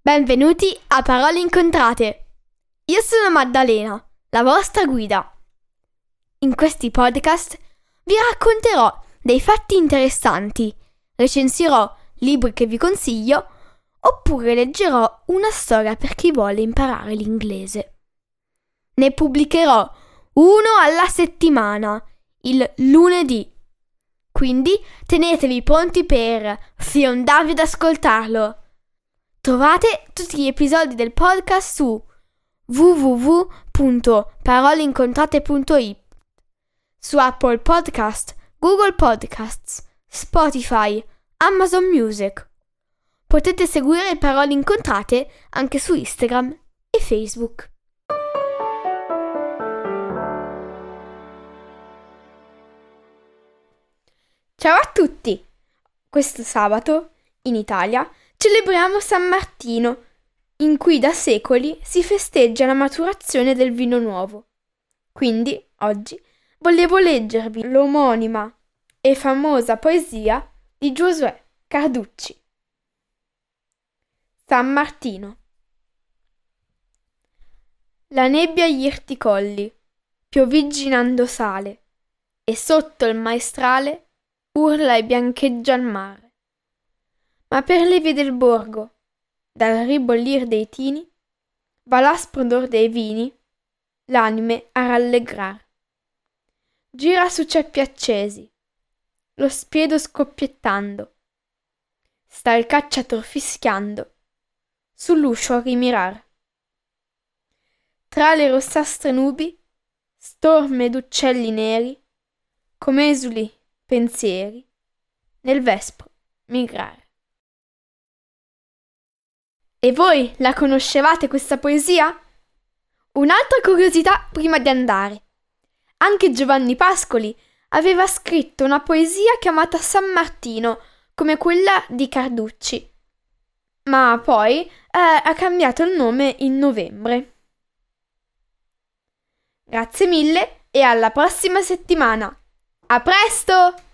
Benvenuti a Parole Incontrate. Io sono Maddalena, la vostra guida. In questi podcast vi racconterò dei fatti interessanti, recensirò libri che vi consiglio, oppure leggerò una storia per chi vuole imparare l'inglese. Ne pubblicherò uno alla settimana, il lunedì. Quindi tenetevi pronti per fiondarvi ad ascoltarlo. Trovate tutti gli episodi del podcast su www.paroleincontrate.it, su Apple Podcast, Google Podcasts, Spotify, Amazon Music. Potete seguire Parole Incontrate anche su Instagram e Facebook. Ciao a tutti! Questo sabato, in Italia, celebriamo San Martino, in cui da secoli si festeggia la maturazione del vino nuovo. Quindi, oggi, volevo leggervi l'omonima e famosa poesia di Giosuè Carducci. San Martino. La nebbia gli irti colli, piovigginando sale, e sotto il maestrale urla e biancheggia il mare. Ma per le vie del borgo, dal ribollir dei tini, va l'aspro odor dei vini, l'anime a rallegrar. Gira su ceppi accesi, lo spiedo scoppiettando, sta il cacciator fischiando, sull'uscio a rimirar. Tra le rossastre nubi, storme d'uccelli neri, come esuli pensieri, nel vespro migrar. E voi la conoscevate questa poesia? Un'altra curiosità prima di andare. Anche Giovanni Pascoli aveva scritto una poesia chiamata San Martino, come quella di Carducci, ma poi ha cambiato il nome in novembre. Grazie mille e alla prossima settimana. A presto!